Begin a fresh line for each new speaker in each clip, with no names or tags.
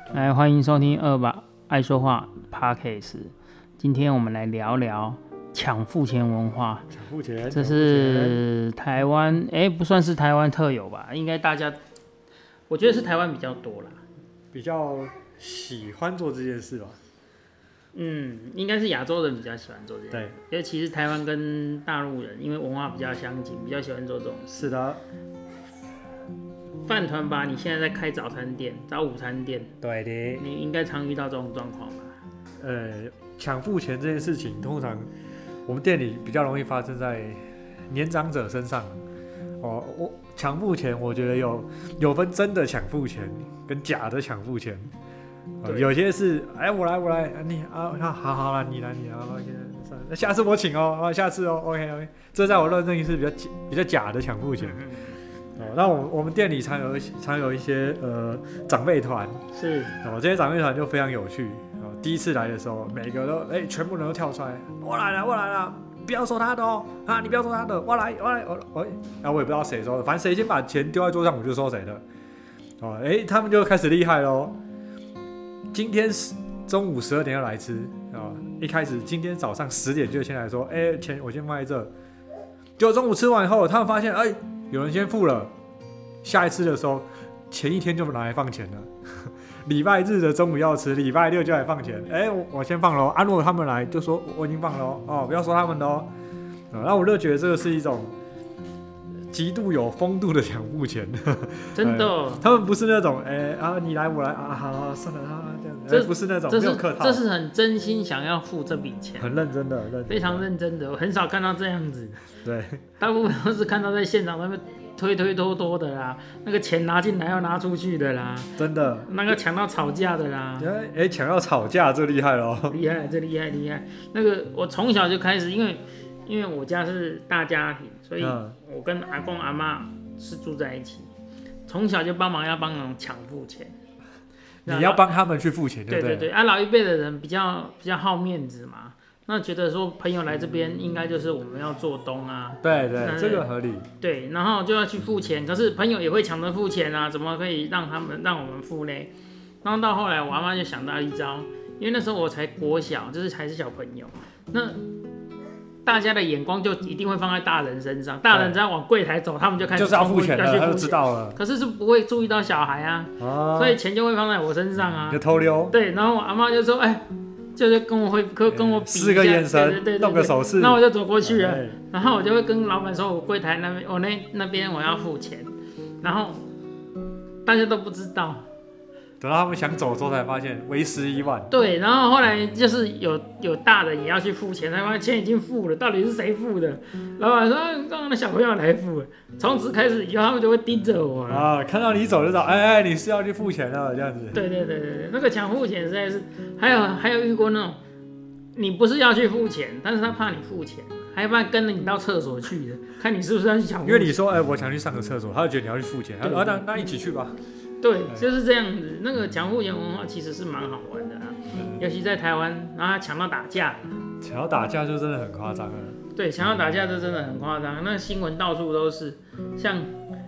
来，欢迎收听二吧爱说话 Podcast。今天我们来聊聊抢付钱文化。
抢付钱，
这是台湾，不算是台湾特有吧？应该大家，我觉得是台湾比较多啦。
比较喜欢做这件事吧。
应该是亚洲人比较喜欢做这件事。
对，
因为其实台湾跟大陆人因为文化比较相近，比较喜欢做这种事。
是的。
饭团吧，你现在在开早餐店、早午餐店，
对的。
你应该常遇到这种状况吧？
抢付钱这件事情，通常我们店里比较容易发生在年长者身上。我抢付钱，我觉得有分真的抢付钱跟假的抢付钱。有些是我来，你好啦，你来那下次我请哦，下次哦 ，OK， 这在我认定是比较假的抢付钱。那我们店里常有一些长辈团，
是
这些长辈团就非常有趣。第一次来的时候，每个都全部人都跳出来，我来了，不要收他的哦，你不要收他的，我来，然后我也不知道谁收的，反正谁先把钱丢在桌上，我就收谁的。他们就开始厉害喽。今天中午12点要来吃一开始今天早上10点就先来说，钱我先放在这。结果中午吃完以后，他们发现，有人先付了，下一次的时候，前一天就拿来放钱了。礼拜日的中午要吃，礼拜六就来放钱。我先放咯。如果他们来就说我已经放了不要说他们的哦。那我就觉得这个是一种极度有风度的抢付钱。
真的。
他们不是那种你来我来好算了这样子，不是那种没有客套。
这是很真心想要付这笔钱，
很认真的，
非常认真的。我很少看到这样子。
对，
大部分都是看到在现场那边推拖的啦，那个钱拿进来要拿出去的啦，
真的，
那个抢到吵架的啦，
抢到吵架这厉害咯，
这厉害。那个我从小就开始，因为我家是大家庭，所以我跟阿公阿嬷是住在一起，从小就帮忙抢付钱。
你要帮他们去付钱，对不对？
对。老一辈的人比较好面子嘛。那觉得说朋友来这边应该就是我们要做东啊，
对，这个合理。
对，然后就要去付钱，可是朋友也会抢着付钱啊，怎么可以让我们付呢？然后到后来我阿妈就想到一招，因为那时候我才国小，就是还是小朋友，那大家的眼光就一定会放在大人身上，大人只要往柜台走，他们就开始
就是要付钱了，他就知道了。
可是不会注意到小孩啊，所以钱就会放在我身上啊，
就偷溜。
对，然后我阿妈就说，就是跟我比
施个眼神，
对，
弄个手势，
那我就走过去了，然后我就会跟老板说，我柜台那边，我那边我要付钱，然后大家都不知道，
等到他们想走的时候才发现为时已晚。
对，然后后来就是有大人也要去付钱，才发现钱已经付了，到底是谁付的？老板说刚刚的小朋友来付，从此开始以后他们就会盯着我了。
看到你走就知道，你是要去付钱了这样子。
对，那个抢付钱实在是，还有遇过那种，你不是要去付钱，但是他怕你付钱，还怕跟着你到厕所去的，看你是不是要去抢付钱。
因为你说我想去上个厕所，他就觉得你要去付钱，他说那一起去吧。
对，就是这样子。那个抢付钱文化其实是蛮好玩的啦，尤其在台湾，然后抢到打架，
抢到打架就真的很夸张了。
对，抢到打架就真的很夸张，那新闻到处都是。像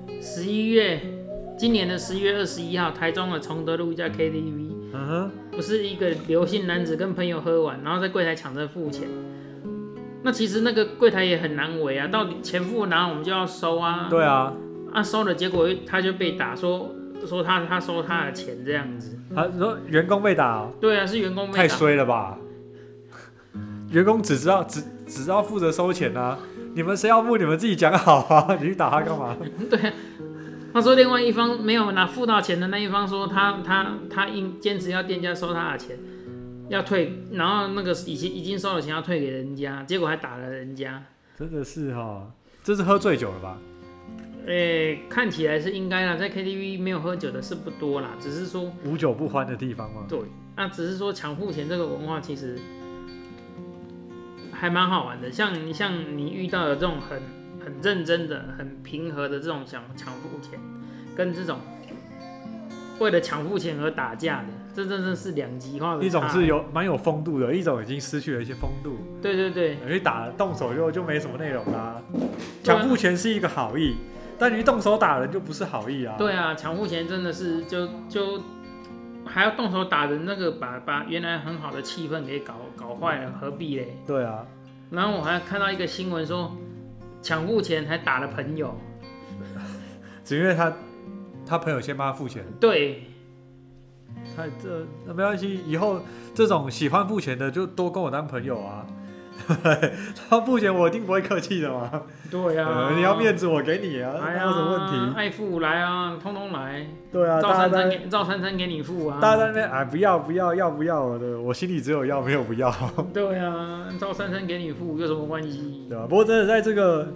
今年的11月21号，台中的崇德路一家 KTV，不是一个刘姓男子跟朋友喝完，然后在柜台抢着付钱。那其实那个柜台也很难为啊，到底钱付哪我们就要收啊。
对啊。
收了，结果他就被打，说他收他的钱这样子。
他说员工被打。
对啊，是员工被打。
太衰了吧！员工只知道负责收钱啊，你们谁要付你们自己讲好啊，你去打他干嘛？
对啊，他说另外一方没有付到钱的那一方说他坚持要店家收他的钱，要退，然后那个已经收了钱要退给人家，结果还打了人家。真
的是这是喝醉酒了吧？
看起来是应该啦，在 KTV 没有喝酒的是不多啦，只是说
无酒不欢的地方嘛。
对，那只是说抢付钱这个文化其实还蛮好玩的，像你遇到的这种很认真的、很平和的这种抢付钱，跟这种为了抢付钱而打架的，这真的是两极化的差。
一种是蛮有风度的，一种已经失去了一些风度。
对，
因为动手就没什么内容啦。抢付钱是一个好意。但你动手打人就不是好意啊。
对啊，抢付钱真的是就还要动手打人，那个把原来很好的气氛给搞坏了，何必嘞？
对啊，
然后我还看到一个新闻说，抢付钱还打了朋友，
只因为他朋友先帮他付钱。
对，
那没关系，以后这种喜欢付钱的就多跟我当朋友啊。他付钱我一定不会客气的嘛。
对啊，
你要面子我给你啊，
哎呀，
有什么问题？
爱付来啊，通通来。
对啊，
照三餐给你付啊。
大家在那边哎，不要要不要的，我心里只有要没有不要。
对啊，照三餐给你付有什么关系？
对吧？不过真的在这个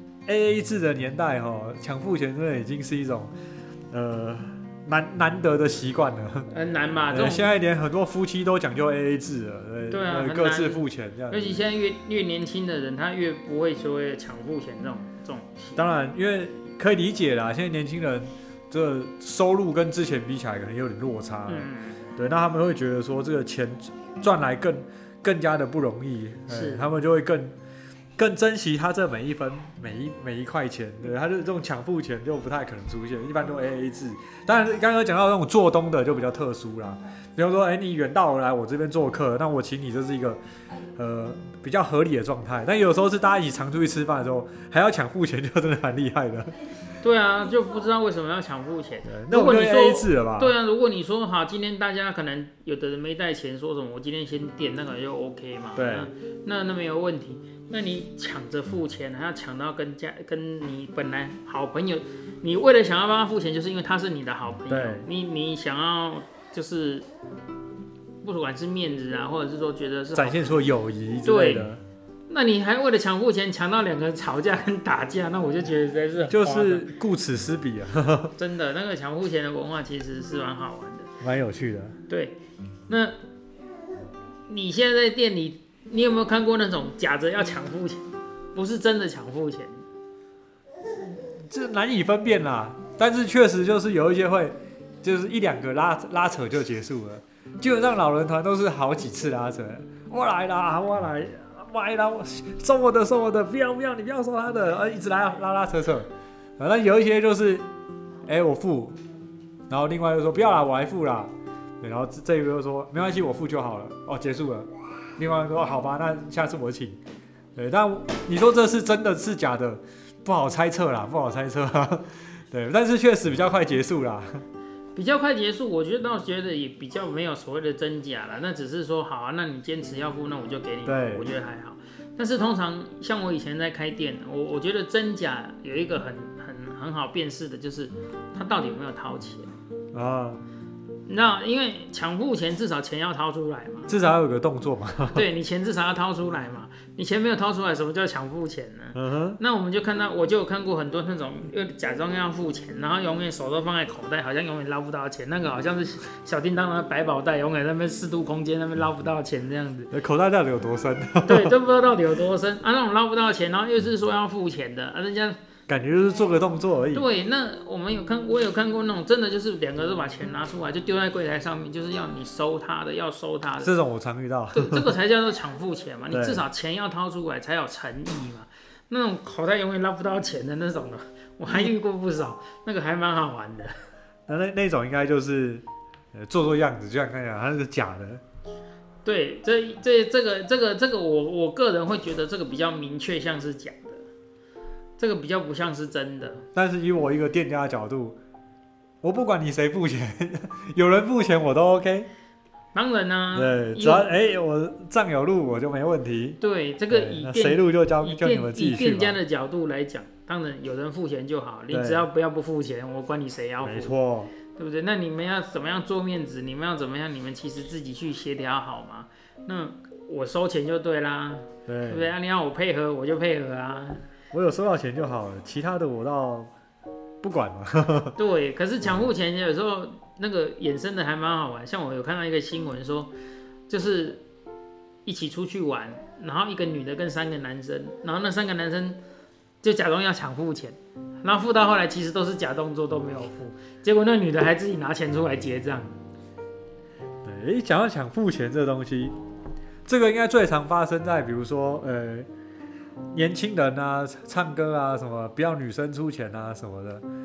AA 制的年代抢付钱真的已经是一种难得的习惯了。
很难嘛，
现在连很多夫妻都讲究 AA 制了，
对啊，
各自付钱这样。
尤其现在越年轻的人，他越不会所谓抢付钱这种。
当然，因为可以理解啦，现在年轻人这收入跟之前比起来可能有点落差。对，那他们会觉得说这个钱赚来更加的不容易，
是
他们就会更珍惜他这每一分每一块钱，对，他就这种抢付钱就不太可能出现，一般都 AA 制。当然，刚刚讲到那种做东的就比较特殊啦，比方说，你远道而来我这边做客，那我请你，这是一个比较合理的状态。但有时候是大家一起常出去吃饭的时候，还要抢付钱，就真的蛮厉害的。
对啊，就不知道为什么要抢付钱。
那我们就 AA 制了吧？
对啊，如果你说好，今天大家可能有的人没带钱，说什么我今天先垫，那个就 OK 嘛。
对，
那没有问题。那你抢着付钱，还要抢到跟你本来好朋友，你为了想要帮他付钱，就是因为他是你的好朋友。你想要就是不管是面子啊，或者是说觉得是
展现出友谊之类的。
那你还为了抢付钱抢到两个吵架跟打架，那我就觉得实在是
就是顾此失彼啊！
真的，那个抢付钱的文化其实是蛮好玩的，
蛮有趣的。
对，那你现在在店里，你有没有看过那种假着要抢付钱，不是真的抢付钱？
这难以分辨啦，但是确实就是有一些会，就是一两个拉扯就结束了。基本上老人团都是好几次拉扯，我来啦，我来。买了，收我的，不要，你不要收他的，一直拉扯。那有一些就是，我付，然后另外就说不要啦，我来付啦，对，然后这一个就说没关系，我付就好了，结束了。另外说好吧，那下次我请。对，但你说这是真的是假的，不好猜测啦。对，但是确实比较快结束啦。
比较快结束，我觉得也比较没有所谓的真假啦，那只是说好啊，那你坚持要付，那我就给你，我觉得还好。但是通常像我以前在开店，我觉得真假有一个很好辨识的，就是他到底有没有掏钱啊。那因为抢付钱至少钱要掏出来嘛，
至少要有个动作嘛。
对，你钱至少要掏出来嘛，你钱没有掏出来，什么叫抢付钱呢？那我就有看过很多那种又假装要付钱，然后永远手都放在口袋，好像永远捞不到钱，那个好像是小叮当的百宝袋，永远在那边适度空间那边捞不到钱这样子。
口袋到底有多深？
对，都不知道到底有多深啊！那种捞不到钱，然后又是说要付钱的啊，人家。
感觉就是做个动作而已。
对，那我有看过那种真的就是两个都把钱拿出来就丢在柜台上面，就是要你收他的，要收他的。
这种我常遇到。
对，这个才叫做抢付钱嘛，你至少钱要掏出来才有诚意嘛。那种口袋永远捞不到钱的那种的，我还遇过不少，那个还蛮好玩的。
那种应该就是做样子，就像看起来它是假的。
对，这个我个人会觉得这个比较明确像是假的。这个比较不像是真的，
但是以我一个店家的角度，我不管你谁付钱，有人付钱我都 OK。
当然啊，
对，只要我账有入我就没问题。
对，这个以
谁入就交你们自己去。
以店家的角度来讲，当然有人付钱就好，你只要不付钱，我管你谁要付。
没错，
对不对？那你们要怎么样做面子？你们要怎么样？你们其实自己去协调好嘛。那我收钱就对啦，对不对？你要我配合我就配合啊。
我有收到钱就好了，其他的我倒不管了。
对，可是抢付钱有时候那个衍生的还蛮好玩，像我有看到一个新闻说，就是一起出去玩，然后一个女的跟3个男生，然后那3个男生就假装要抢付钱，然后付到后来其实都是假动作，都没有付，结果那女的还自己拿钱出来结账。
对，讲到抢付钱这东西，这个应该最常发生在比如说年轻人啊，唱歌啊什么，不要女生出钱啊什么的，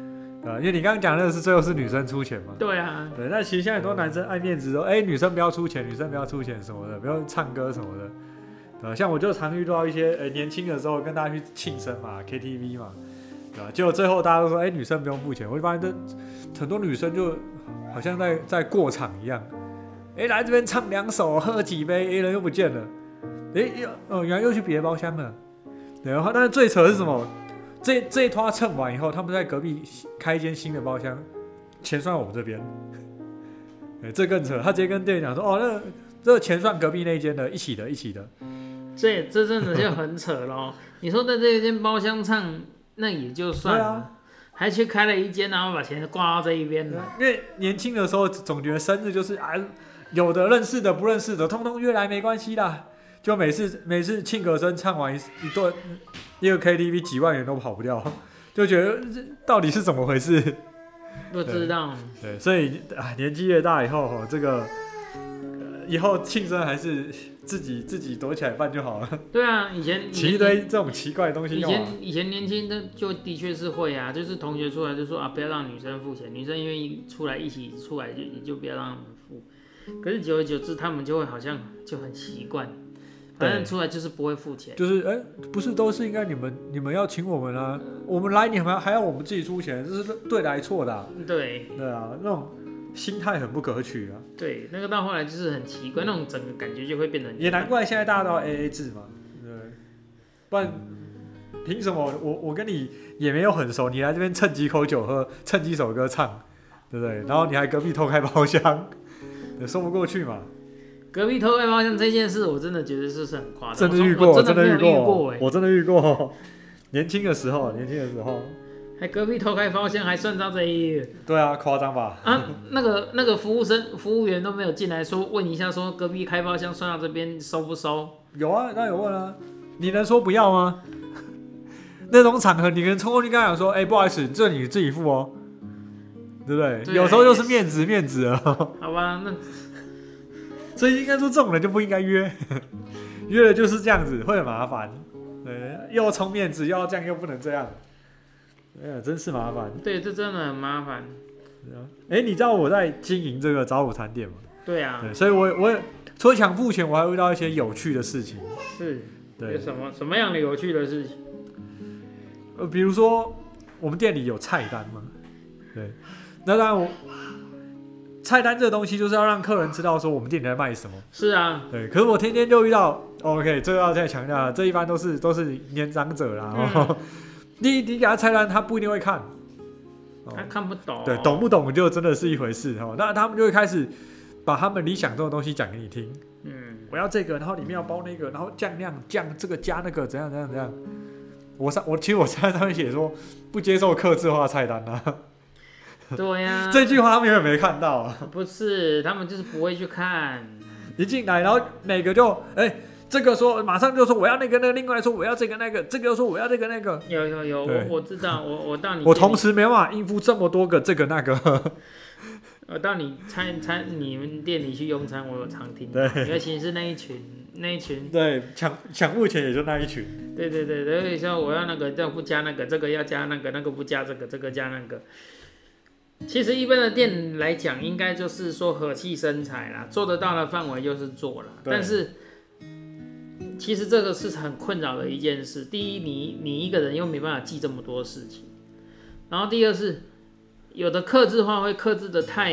因为你刚刚讲的那个是最后是女生出钱嘛。
对啊，
对，那其实现在很多男生爱面子说，女生不要出钱，女生不要出钱什么的，不要唱歌什么的。像我就常遇到一些年轻的时候跟大家去庆生嘛 ，KTV 嘛，对吧？结果最后大家都说，女生不用付钱，我就发现很多女生就好像在过场一样，来这边唱2首，喝几杯，人又不见了，原来又去别的包厢了。对，然后但是最扯的是什么？这一拖蹭完以后，他们在隔壁开一间新的包厢，钱算我们这边。这更扯，他直接跟店员讲说，那这个钱算隔壁那一间的，一起的。
这真的就很扯咯。你说在这一间包厢唱，那也就算了，啊，还去开了一间，然后把钱挂到这一边了。
因为年轻的时候总觉得生日就是有的认识的不认识的，通通约来没关系啦。就每次庆个生唱完一个 KTV 几万元都跑不掉，就觉得到底是怎么回事？
不知道。
对，所以年纪越大以后，这个以后庆生还是自己躲起来办就好了。
对啊，以前
起一堆这种奇怪的东西。
以前年轻的就的确是会啊，就是同学出来就说不要让女生付钱，女生愿意出来一起出来也就不要让他们付。可是久而久之，他们就会好像就很习惯。反正出来就是不会付钱，
就是不是都是应该你们要请我们啊？我们来你们还要我们自己出钱，这是对来错的啊。对啊，那种心态很不可取啊。
对，那个到后来就是很奇怪，那种整个感觉就会变得
也难怪现在大家都要 AA 制嘛，对，不然凭什么我跟你也没有很熟，你来这边蹭几口酒喝，蹭几首歌唱，对不对？然后你还隔壁偷开包厢，也说不过去嘛。
隔壁偷开包厢这件事，我真的觉得是很夸张。
真的遇过，
我真的
遇过。年轻的时候，
还隔壁偷开包厢，还算到这一页。
对啊，夸张吧？
那个服务员都没有进来问一下，说隔壁开包厢算到这边收不收？
有啊，那有问啊。你能说不要吗？那种场合，你可能冲过去跟他讲说，不好意思，这你自己付哦，对不对？有时候就是面子了。
好吧，那。
所以应该说这种人就不应该约，约了就是这样子，会很麻烦。对，又要充面子，又要这样，又不能这样，真是麻烦。
对，这真的很麻烦。
你知道我在经营这个早午餐店吗？
对啊。
对，所以我除了抢付钱，我还遇到一些有趣的事情。
是。
对。
有什么样的有趣的事情？
比如说我们店里有菜单嘛，对，那当然菜单这个东西就是要让客人知道说我们店里在卖什么。
是啊，
对。可是我天天就遇到 ，OK， 这个要再强调，这一般都是年长者啦。你给他菜单，他不一定会看，
他看不懂。
对，懂不懂就真的是一回事。那他们就会开始把他们理想中的东西讲给你听。我要这个，然后里面要包那个，然后酱料酱这个加那个，怎样。其实我菜单上面写说不接受客制化菜单啊。
对呀，
这句话他们永远没看到啊。
不是，他们就是不会去看。
一进来，然后每个就这个说马上就说我要那个，另外说我要这个那个，这个又说我要这个那个。
有，我知道，我到你。
我同时没办法应付这么多个这个那个。
我到你你们店里去用餐，我有常听到，尤其是那一群。对，
抢付钱也就那一群。
对，所以说我要那个，这不加那个，这个要加那个，那个不加这个，这个加那个。其实一般的店来讲，应该就是说和气生财啦，做得到的范围就是做啦。但是其实这个是很困扰的一件事。第一，你一个人又没办法记这么多事情，然后第二是有的客制化会客制的太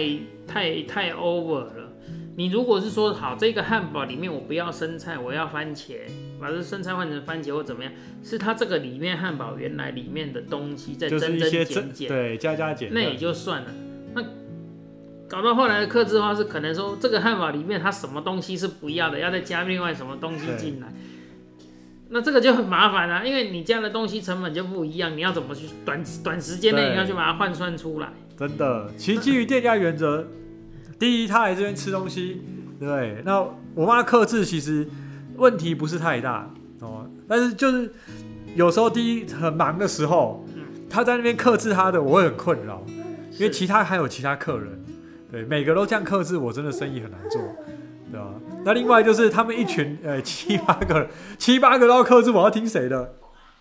over 了。你如果是说好这个汉堡里面我不要生菜，我要番茄，把这生菜换成番茄或怎么样，是它这个里面汉堡原来里面的东西在增减，
对，加减，
那也就算了。那搞到后来的客制化是可能说这个汉堡里面它什么东西是不要的，要再加另外什么东西进来，那这个就很麻烦啊，因为你加的东西成本就不一样，你要怎么去短时间内你要去把它换算出来？
真的，其实基于店家原则。第一，他来这边吃东西，对不对？那我妈客制其实问题不是太大哦，但是就是有时候第一很忙的时候，他在那边客制他的，我会很困扰，因为还有其他客人，对，每个都这样客制，我真的生意很难做，对吧？那另外就是他们一群7、8个都要客制，我要听谁的？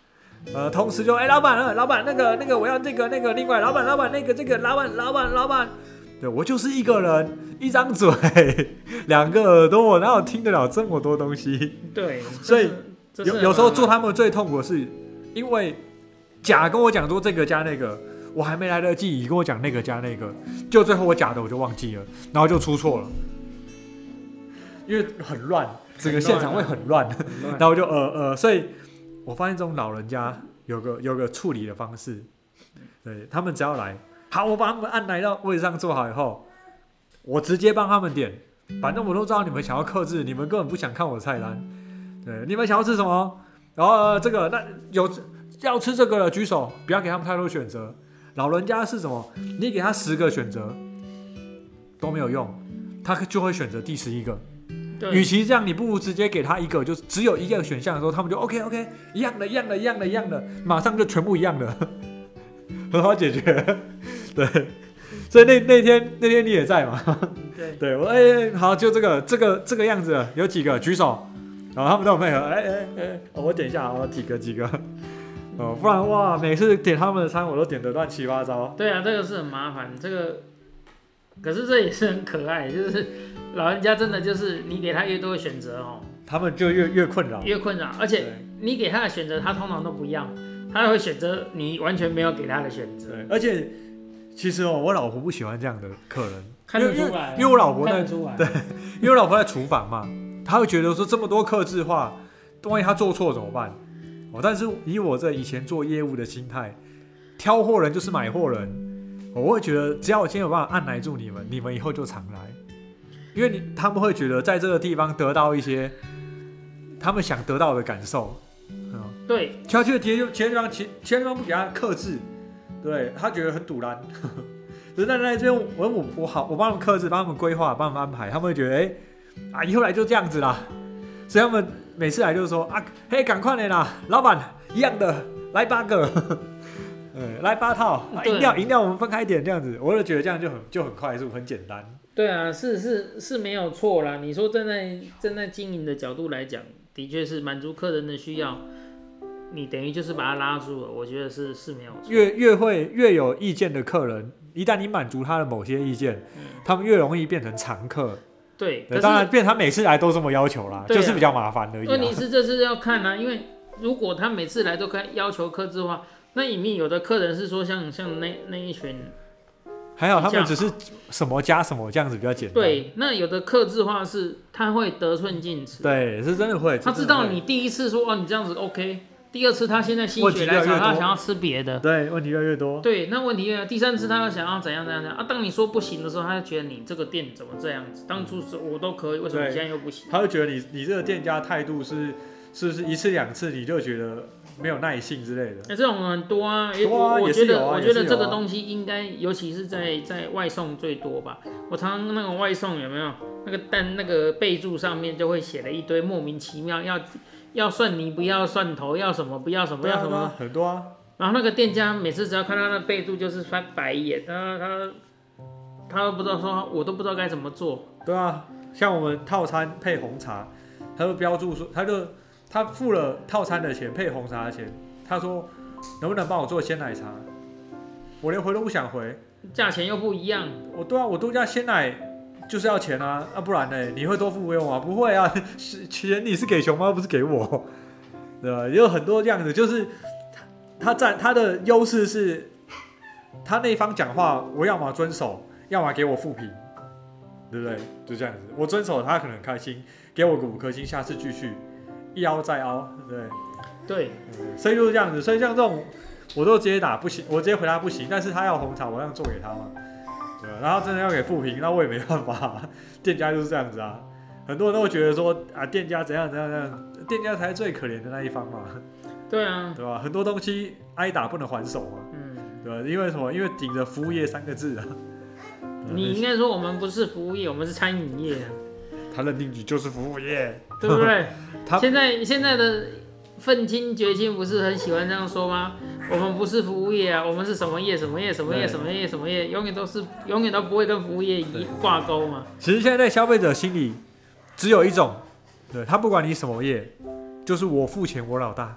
同时就老板那个我要这个那个，另外老板那个这个老板，对我就是一个人，一张嘴，2个耳朵，我哪有听得了这么多东西？
对，
所以有时候做他们最痛苦的是，因为甲跟我讲说这个加那个，我还没来得及乙跟我讲那个加那个，就最后我甲的我就忘记了，然后就出错了，因为很乱，整个现场会很乱，然后我就所以我发现这种老人家有个处理的方式，对他们只要来，好，我把他们按来到位置上坐好以后，我直接帮他们点，反正我都知道你们想要克制，你们根本不想看我的菜单，对，你们想要吃什么？然后这个那有要吃这个的举手，不要给他们太多选择。老人家是什么？你给他10个选择都没有用，他就会选择第11个。与其这样，你不如直接给他一个，就只有一个选项的时候，他们就 OK， 一样的，马上就全部一样的，很好解决。对，所以那天你也在嘛？对，我好，就这个样子，有几个举手，然后他们都有配合，我点一下，我几个。不然哇，每次点他们的餐我都点得乱七八糟。
对啊，这个是很麻烦，这个可是这也是很可爱，就是老人家真的就是你给他越多的选择
他们就越困扰，
而且你给他的选择他通常都不一样，他会选择你完全没有给他的选择。
而且其实我老婆不喜欢这样的客人，
看得出来，
因为我老婆
看得出来，
对，因为我老婆在厨房嘛，她会觉得说这么多客制化，万一她做错怎么办？但是以我这以前做业务的心态，挑货人就是买货人，我会觉得只要我今天有办法按耐住你们以后就常来，因为他们会觉得在这个地方得到一些他们想得到的感受。
对，
他去其他地方不给他克制，对他觉得很堵然。可是在这边我帮他们克制，帮他们规划，帮他们安排，他们会觉得以后来就这样子啦，所以他们每次来就是说赶快点啦，老板一样的来8个，来8套，饮料我们分开点这样子，我就觉得这样就很快速，很简单。
对啊，是没有错啦。你说站在经营的角度来讲，的确是满足客人的需要，你等于就是把他拉住了，我觉得是没有错。
越有意见的客人，一旦你满足他的某些意见，他们越容易变成常客。
对，
当然变他每次来都这么要求啦，就是比较麻烦而已。
问题是这是要看因为如果他每次来都要求客制化，那里面有的客人是说像那一群，
还好他们只是什么加什么这样子比较简单。
对，那有的客制化是他会得寸进尺，
对，是真的会。
他知道你第一次说你这样子 OK。第2次他现在心血来潮，他想要吃别的，
对，问题越来越多。
对，那问题越来越多。第3次他又想要怎样当你说不行的时候，他就觉得你这个店怎么这样子？当初我都可以，为什么你现在又不行？
他就觉得你这个店家态度是不是1次2次你就觉得没有耐性之类的？
这种很多啊。我觉得这个东西应该，尤其是在外送最多吧。我常常那种外送有没有那个备注上面就会写了一堆莫名其妙要蒜泥不要蒜头，要什么不要什么，要什么
很多啊。
然后那个店家每次只要看到那备注就是翻白眼，他都不知道说，我都不知道该怎么做。
对啊，像我们套餐配红茶，他就标注说，他付了套餐的钱配红茶的钱，他说能不能帮我做鲜奶茶？我连回都不想回，
价钱又不一样。
我多加鲜奶。就是要钱啊，不然呢？你会多付给我吗？不会啊，钱你是给熊猫，不是给我，对吧？也有很多这样子，就是他的优势是，他那一方讲话，我要么遵守，要么给我负评，对不对？就这样子，我遵守，他可能很开心，给我个5颗星，下次继续，一凹再凹，对不对？
对，
所以就是这样子，所以像这种，我都直接打不行，我直接回答不行，但是他要红茶，我要做给他嘛。然后真的要给负评，那我也没办法，店家就是这样子啊。很多人都会觉得说店家怎样，店家才是最可怜的那一方嘛。
对啊，
对吧？很多东西挨打不能还手嘛，对吧？因为什么？因为顶着服务业3个字啊。
你应该说我们不是服务业，我们是餐饮业。
他认定你就是服务业，
对不对？现在的愤青绝青不是很喜欢这样说吗？我们不是服务业啊，我们是什么业什么业什么业什么业什么业，永远都不会跟服务业挂钩嘛。
其实现在消费者心里只有一种，对他不管你什么业，就是我付钱我老大，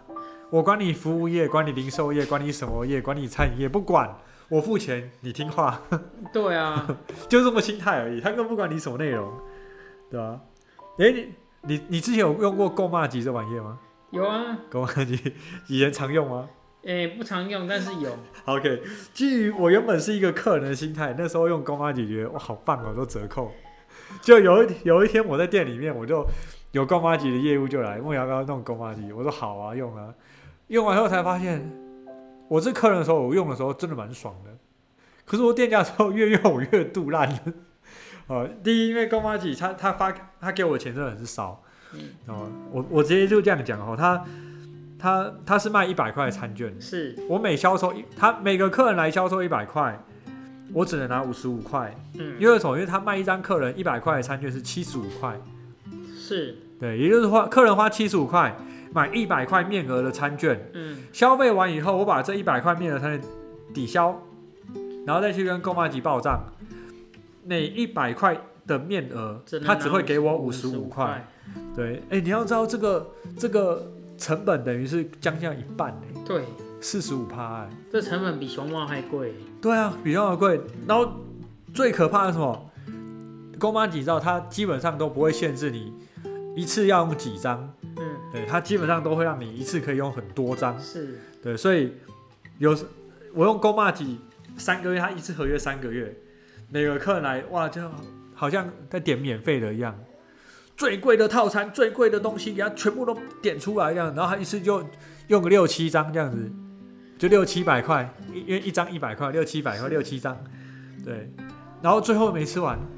我管你服务业，管你零售业，管你什么业，管你餐饮业，不管，我付钱，你听话。
对啊，
就这么心态而已，他根本不管你什么内容，对吧、你之前有用过购骂机这玩意吗？
有啊，
购骂机以前常用吗
不常用，但是有。
？OK， 基于我原本是一个客人的心态，那时候用购骂机觉得哇好棒哦，都折扣。就有一天我在店里面，我就有购妈机的业务就来问要不要弄购妈机，我说好啊，用啊。用完后才发现，我是客人的时候，我用的时候真的蛮爽的。可是我店家的时候越用我越肚烂了。第一，因为购妈机他给我的钱真的很少。我直接就这样讲哦，他是卖100块的餐券，
是
我每个客人来销售100块。我只能拿55块，因为什么？因为他卖一张客人100块的餐券是75块，
是，
对，也就是客人花75块买100块面额的餐券，消费完以后，我把这100块面额餐券抵消，然后再去跟购妈机报账，每100块的面额，他只会给我55块，对，你要知道这个成本等于是将近一半
对。
45%，
这成本比熊猫还贵。
对啊，比熊猫贵。然后最可怕的是什么？购妈机照它基本上都不会限制你一次要用几张，对，它基本上都会让你一次可以用很多张。
是，
对，所以我用购妈机3个月，它一次合约3个月，每个客人来哇，就好像在点免费的一样，最贵的套餐、最贵的东西给它全部都点出来这样，然后他一次就用个6-7张这样子。就600-700块，因为一张100块，600-700块，6-7张，对，然后最后没吃完，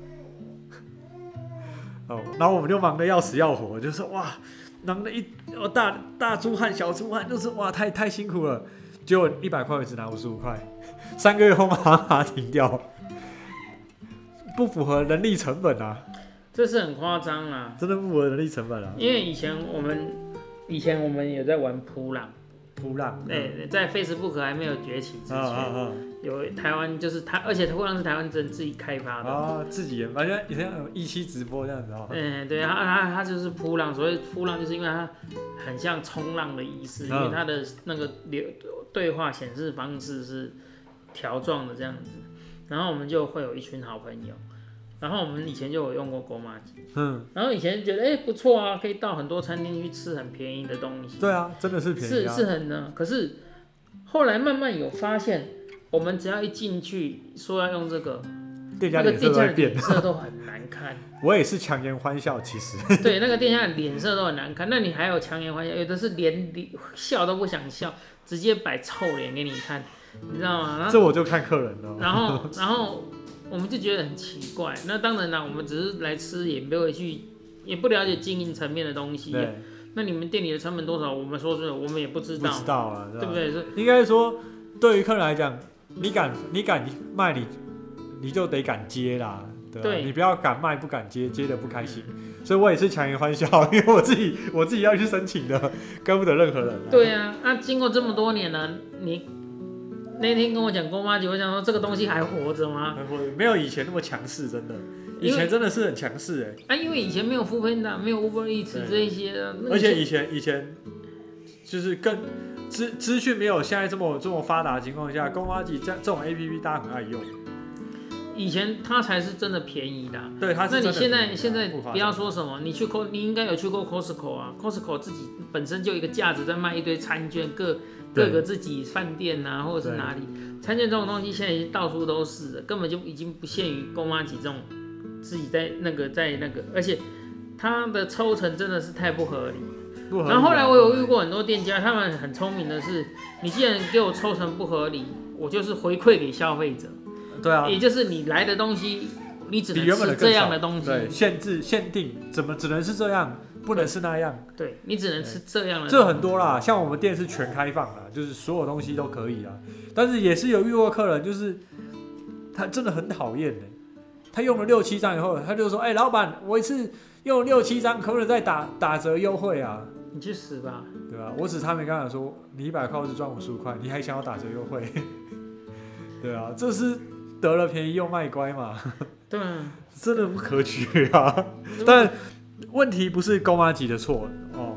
然后我们就忙得要死要活，就说哇，忙得大猪汉小猪汉，就是哇太辛苦了，结果100块我只拿55块，3个月后马上把它停掉，不符合人力成本啊，
这是很夸张啊，
真的不符合人力成本啊，
因为以前我们有在玩扑浪。在 Facebook 还没有崛起之前，有台湾就是而且扑浪是台湾人自己开发的，
自己研发，因为以前有17直播这样子
对，它就是扑浪，所谓扑浪就是因为它很像冲浪的意思，因为它的那个对话显示方式是条状的这样子，然后我们就会有一群好朋友。然后我们以前就有用过购妈机，然后以前觉得不错啊，可以到很多餐厅去吃很便宜的东西。
对啊，真的是便宜啊，
是很呢。可是后来慢慢有发现，我们只要一进去说要用这个，
店家脸色都会变，
脸色都很难看。
我也是强颜欢笑，其实。
对，那个店家的脸色都很难看，那你还有强颜欢笑，有的是连笑都不想笑，直接摆臭脸给你看，你知道吗？
这我就看客人了。
然后。我们就觉得很奇怪，那当然啦，我们只是来吃，也不会去，也不了解经营层面的东西。对，那你们店里的成本多少？我们说真的，我们也不知道。
不知道啊，
对不对？
应该说，对于客人来讲，你敢卖你就得敢接啦，对，你不要敢卖不敢接，接的不开心。所以我也是强颜欢笑，因为我自己要去申请的，怪不得任何人。
对啊，那经过这么多年了，你。那天跟我讲购妈机，我想说这个东西还活着吗？
没有以前那么强势，真的。以前真的是很强势
因为以前没有Foodpanda，没有 Uber Eats 这一些的。
而且以前就是更资讯没有现在这么发达的情况下，购妈机这种 APP 大家很爱用。
以前它才是真的便宜的。
对，它是真的便宜。
那你现在不要说什么，你应该有去过 Costco 啊 ，Costco 自己本身就有一个架子在卖一堆餐券，各个自己饭店啊，或者是哪里餐券这种东西，现在已经到处都是了，根本就已经不限于购妈机这种自己在那个，而且它的抽成真的是太不合理。然后后来我有遇过很多店家，他们很聪明的是，你既然给我抽成不合理，我就是回馈给消费者。
对啊，
也就是你来的东西，你只能吃这样的东西。
对，限定，怎么只能是这样？不能是那样，
对你只能吃这样的。
这很多啦，像我们店是全开放啦，就是所有东西都可以啦。但是也是有遇过客人，就是他真的很讨厌他用了6-7张以后，他就说：“老板，我一次用6-7张，可不可以再打折优惠啊？”
你去死吧！
对吧？我只差没跟他说，你100块我只赚55块，你还想要打折优惠？对啊，这是得了便宜又卖乖嘛？
对啊，
真的不可取啊！但问题不是购妈机的错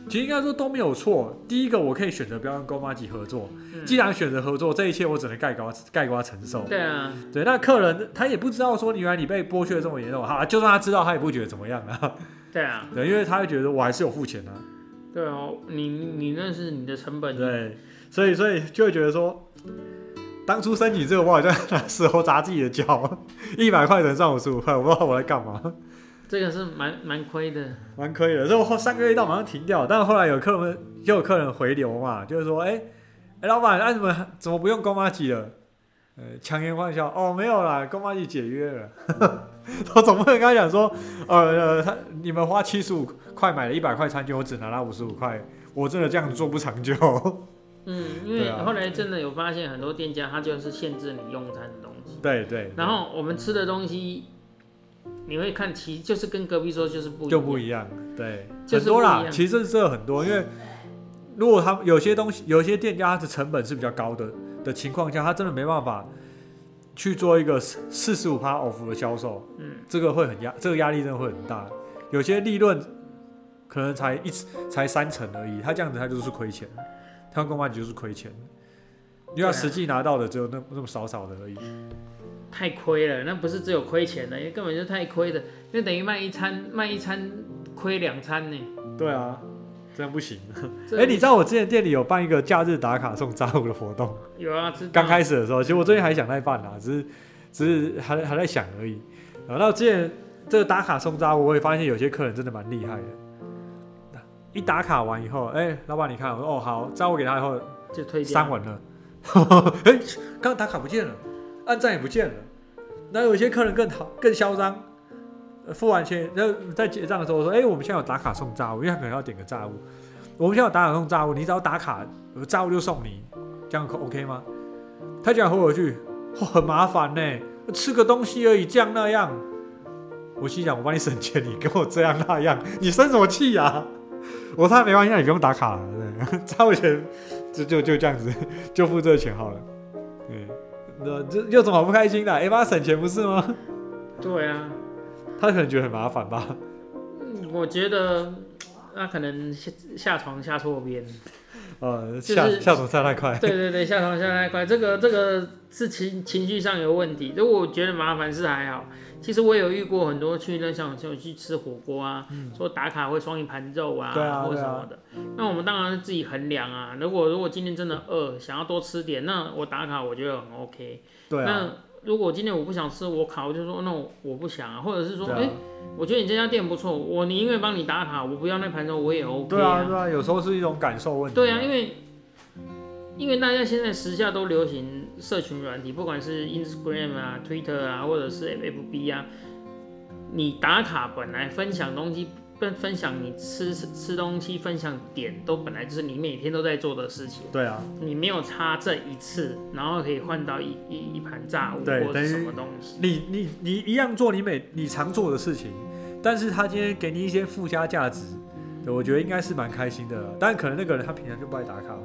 其实应该说都没有错。第一个，我可以选择不要跟 GoMaji 合作，既然选择合作，这一切我只能概括承受。
对啊，
对，那客人他也不知道说原来你被剥削这么严重，就算他知道，他也不觉得怎么样啊。
对啊，
对，因为他会觉得我还是有付钱啊。
对哦，你那是你的成本。
对，所以就会觉得说，当初申请这个我好像拿石头砸自己的脚，100块能赚我15块，我不知道我在干嘛。
这个是蛮亏的，
蛮亏的。所以我3个月到马上停掉，但是后来有客人回流嘛，就是说，老板，怎么不用GoMaji了？强颜欢笑，哦，没有啦，GoMaji解约了。我总不能跟他讲说，你们花75块买了100块餐券，我只拿到55块，我真的这样做不长久。
因为后来真的有发现很多店家他就是限制你用餐的东西。
对。
然后我们吃的东西，你会看，其实就是跟隔壁说就是不一样，
对，
就是
很多啦。其实这很多，因为如果他有些东西，有些店家的成本是比较高的情况下，他真的没办法去做一个45% off 的销售，这个压力真的会很大。有些利润可能才30%而已，他这样子他就是亏钱，他用GoMaji就是亏钱，因为他实际拿到的只有那么少的而已。
太亏了，那不是只有亏钱的，因为根本就太亏了，因为等于卖一餐亏2餐呢。
对啊，这样不行。你知道我之前店里有办一个假日打卡送炸物的活动？
有啊，知道。
刚开始的时候，其实我最近还想再办啦，只是还在想而已。然后之前这个打卡送炸物，我也发现有些客人真的蛮厉害的。一打卡完以后，老板你看，我说哦好，炸物给他以后
就退掉
删文了。刚打卡不见了，按赞也不见了。那有些客人更嚣张，付完钱，然后在结账的时候我说，我们现在有打卡送炸物，因为他可能要点个炸物，我们现在有打卡送炸物，你只要打卡，炸物就送你，这样 OK 吗？他讲回我句，很麻烦呢，吃个东西而已，这样那样。我心想，我帮你省钱，你跟我这样那样，你生什么气啊？我说没关系，那你不用打卡了，对，炸物钱就这样子，就付这个钱好了，对。这有什么好不开心的？帮他省钱不是吗？
对啊，
他可能觉得很麻烦吧。
我觉得他可能下床下错边。
下床下太快。
对，下床下太快，这个是情绪上有问题。如果我觉得麻烦是还好，其实我有遇过很多像去吃火锅啊，说打卡会送一盘肉啊，或者什么的。那我们当然是自己衡量啊。如果今天真的饿，想要多吃点，那我打卡我觉得很 OK。对啊。那如果今天我不想吃，我卡我就说那我不想啊，或者是说我觉得你这家店不错，我宁愿帮你打卡，我不要那盘肉我也 OK 啊。
对啊，有时候是一种感受问题。
对啊，因为大家现在时下都流行社群软体，不管是 Instagram 啊、Twitter 啊，或者是 FB 啊，你打卡本来分享东西，分享你吃东西，分享点都本来就是你每天都在做的事情。
对啊，
你没有差这一次，然后可以换到一盘炸物或者什么东西。
你一样做你常做的事情，但是他今天给你一些附加价值，我觉得应该是蛮开心的。但可能那个人他平常就不爱打卡嘛。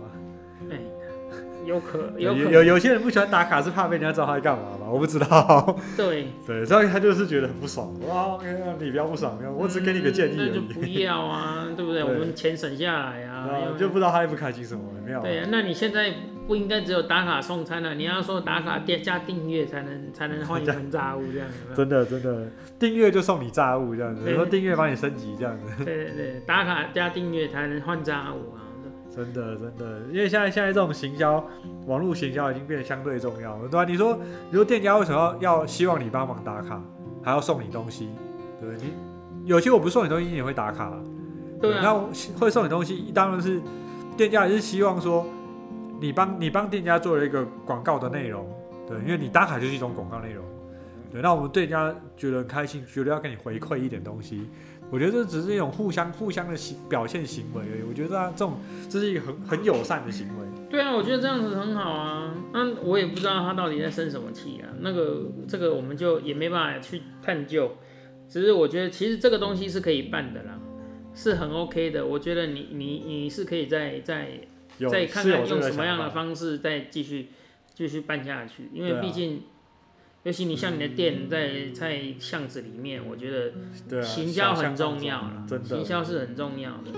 有些人不喜欢打卡，是怕被人家知道他在干嘛吧？我不知道。对，所以他就是觉得很不爽。哇，你不要不爽，我只给你个建议而已。
那就不要啊，对不对？我们钱省下来啊。
就不知道他不开心什么，没有。
对啊，那你现在不应该只有打卡送餐了，你要说打卡加订阅才能换一份炸物这样子。
真的，订阅就送你炸物这样子，说订阅帮你升级这样子。
对，打卡加订阅才能换炸物啊。
真的，因为现在这种行销，网络行销已经变得相对重要了，对吧？你说店家为什么要希望你帮忙打卡，还要送你东西？对不对？有些我不送你东西，你也会打卡。对啊。那会送你东西，当然是店家也是希望说，你帮店家做了一个广告的内容，对，因为你打卡就是一种广告内容。对，那我们店家觉得很开心，觉得要给你回馈一点东西。我觉得这只是一种互相的表现行为而已。我觉得这是一个很友善的行为。
对啊，我觉得这样子很好啊。那我也不知道他到底在生什么气啊。这个我们就也没办法去探究。只是我觉得其实这个东西是可以办的啦，是很 OK 的。我觉得你是可以再看看用什么样的方式再继续办下去，因为毕竟。尤其你像你的店在巷子里面，我觉得行销很重要了，行销是很重要的。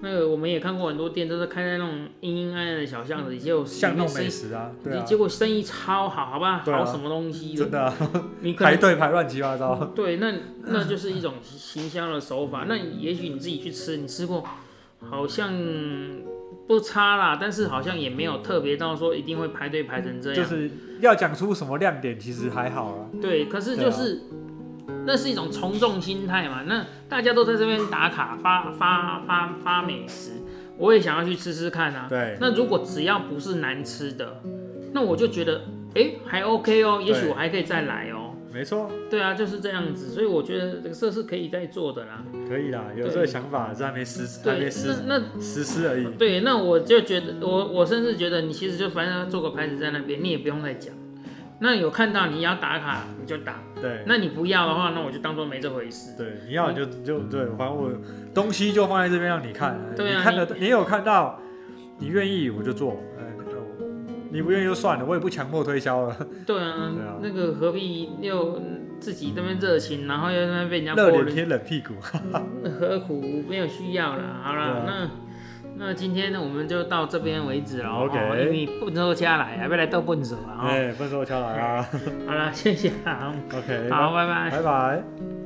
那个我们也看过很多店都是开在那种阴阴暗暗的小巷子，结果
巷弄美食啊，对啊，
结果生意超好，好吧，
对啊
好什么东西的，
真的啊，
你可能
排队排乱七八糟。
对，那就是一种行销的手法。那也许你自己去吃，你吃过，好像不差啦，但是好像也没有特别到说一定会排队排成这样。
就是要讲出什么亮点，其实还好啦。
对，可是就是、那是一种从众心态嘛。那大家都在这边打卡发美食，我也想要去吃吃看啊。
对。
那如果只要不是难吃的，那我就觉得还 OK 哦，也许我还可以再来哦。
没错，
对啊，就是这样子，所以我觉得这个设施可以再做的啦。
可以啦，有这个想法，这还没实施而已。
对，那我就觉得，我甚至觉得你其实就反正做个牌子在那边，你也不用再讲。那有看到你要打卡，你就打。
对。
那你不要的话，那我就当做没这回事。
对，你要就对，反正我东西就放在这边让你看。
对啊，
你有看到，你愿意我就做。你不愿意就算了，我也不强迫推销了。
对啊，那个何必又自己那边热情，然后又那边被人家
热脸贴冷屁股，
何苦没有需要啦。好了，那今天呢，我们就到这边为止了。
OK，
因为笨手车来，要来斗笨手啊。
笨手车来啊。
好了，谢谢啊。
OK，
好，拜拜。
拜拜。